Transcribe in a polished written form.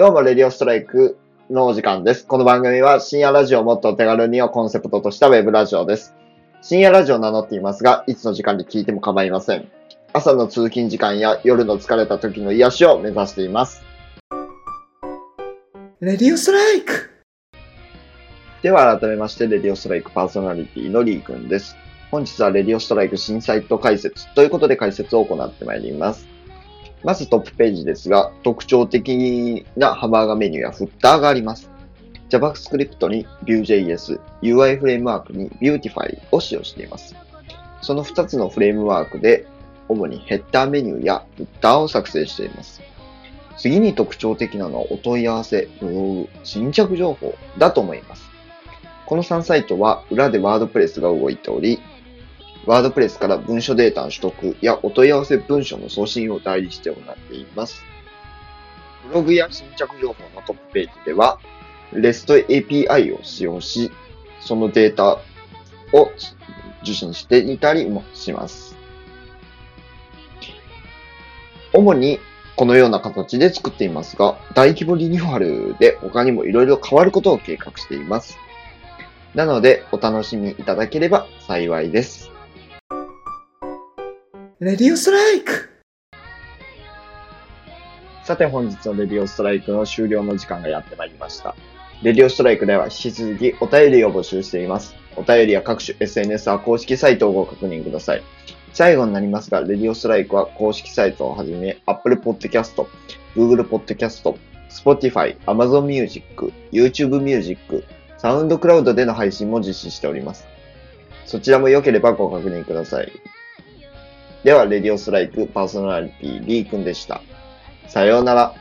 どうも、レディオストライクのお時間です。この番組は深夜ラジオをもっとお手軽にをコンセプトとしたウェブラジオです。深夜ラジオを名乗っていますが、いつの時間に聞いても構いません。朝の通勤時間や夜の疲れた時の癒しを目指しています。 レディオストライク。 では改めまして、レディオストライクパーソナリティのリーくんです。本日はレディオストライク新サイト解説ということで解説を行ってまいります。まずトップページですが、特徴的なハンバーガーメニューやフッターがあります。JavaScript に Vue.js、UI フレームワークに Beautify を使用しています。その2つのフレームワークで、主にヘッダーメニューやフッターを作成しています。次に特徴的なのはお問い合わせ、ブログ、新着情報だと思います。この3サイトは裏でワードプレスが動いており、ワードプレスから文書データの取得やお問い合わせ文書の送信を代理して行っています。ブログや新着情報のトップページでは、REST API を使用し、そのデータを受信していたりもします。主にこのような形で作っていますが、大規模リニューアルで他にもいろいろ変わることを計画しています。なので、お楽しみいただければ幸いです。 レディオストライク。 さて本日のレディオストライクの終了の時間がやってまいりました。レディオストライクでは引き続きお便りを募集しています。お便りや各種 SNS は公式サイトをご確認ください。最後になりますが、レディオストライクは公式サイトをはじめ Apple Podcast、Google Podcast、Spotify、Amazon Music、YouTube Music、SoundCloud での配信も実施しております。そちらも良ければご確認ください。では、レディオストライクパーソナリティ D 君でした。さようなら。